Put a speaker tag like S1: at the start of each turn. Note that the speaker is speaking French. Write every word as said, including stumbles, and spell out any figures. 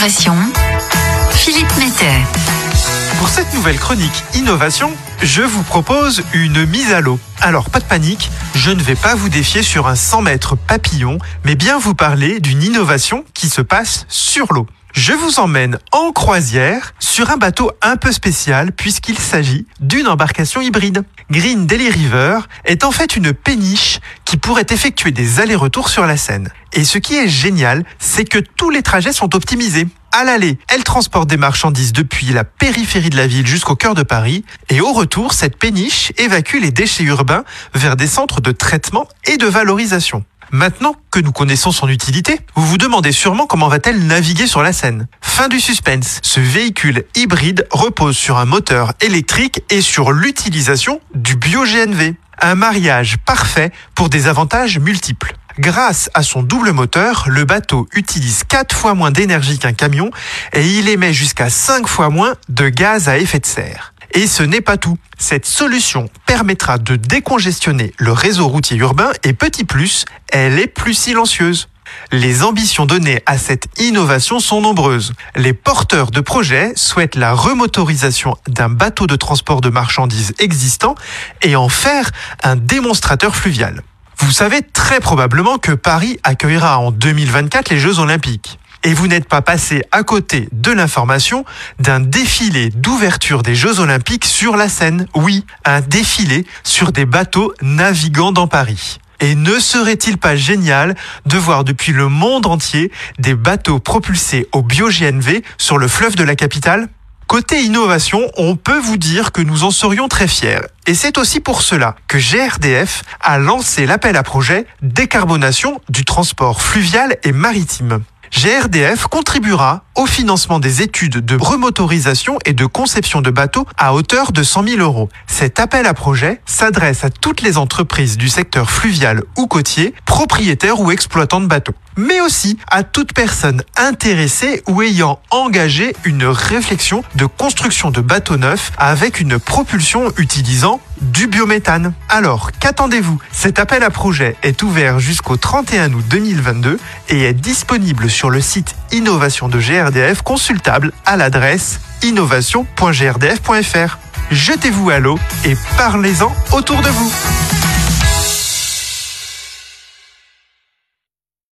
S1: Innovation, Philippe Mettet.
S2: Pour cette nouvelle chronique Innovation, je vous propose une mise à l'eau. Alors pas de panique, je ne vais pas vous défier sur un cent mètres papillon, mais bien vous parler d'une innovation qui se passe sur l'eau. Je vous emmène en croisière sur un bateau un peu spécial puisqu'il s'agit d'une embarcation hybride. Green Daily River est en fait une péniche qui pourrait effectuer des allers-retours sur la Seine. Et ce qui est génial, c'est que tous les trajets sont optimisés. À l'aller, elle transporte des marchandises depuis la périphérie de la ville jusqu'au cœur de Paris. Et au retour, cette péniche évacue les déchets urbains vers des centres de traitement et de valorisation. Maintenant que nous connaissons son utilité, vous vous demandez sûrement comment va-t-elle naviguer sur la Seine. Fin du suspense, ce véhicule hybride repose sur un moteur électrique et sur l'utilisation du bio-G N V. Un mariage parfait pour des avantages multiples. Grâce à son double moteur, le bateau utilise quatre fois moins d'énergie qu'un camion et il émet jusqu'à cinq fois moins de gaz à effet de serre. Et ce n'est pas tout. Cette solution permettra de décongestionner le réseau routier urbain et petit plus, elle est plus silencieuse. Les ambitions données à cette innovation sont nombreuses. Les porteurs de projets souhaitent la remotorisation d'un bateau de transport de marchandises existant et en faire un démonstrateur fluvial. Vous savez très probablement que Paris accueillera en deux mille vingt-quatre les Jeux Olympiques. Et vous n'êtes pas passé à côté de l'information d'un défilé d'ouverture des Jeux Olympiques sur la Seine. Oui, un défilé sur des bateaux naviguant dans Paris. Et ne serait-il pas génial de voir depuis le monde entier des bateaux propulsés au bio-G N V sur le fleuve de la capitale ? Côté innovation, on peut vous dire que nous en serions très fiers. Et c'est aussi pour cela que G R D F a lancé l'appel à projet Décarbonation du transport fluvial et maritime. G R D F contribuera au financement des études de remotorisation et de conception de bateaux à hauteur de cent mille euros. Cet appel à projet s'adresse à toutes les entreprises du secteur fluvial ou côtier, propriétaires ou exploitants de bateaux, mais aussi à toute personne intéressée ou ayant engagé une réflexion de construction de bateaux neufs avec une propulsion utilisant du biométhane. Alors, qu'attendez-vous ? Cet appel à projet est ouvert jusqu'au trente et un août deux mille vingt-deux et est disponible sur le site Innovation de G R D F, consultable à l'adresse innovation point g r d f point f r. Jetez-vous à l'eau et parlez-en autour de vous.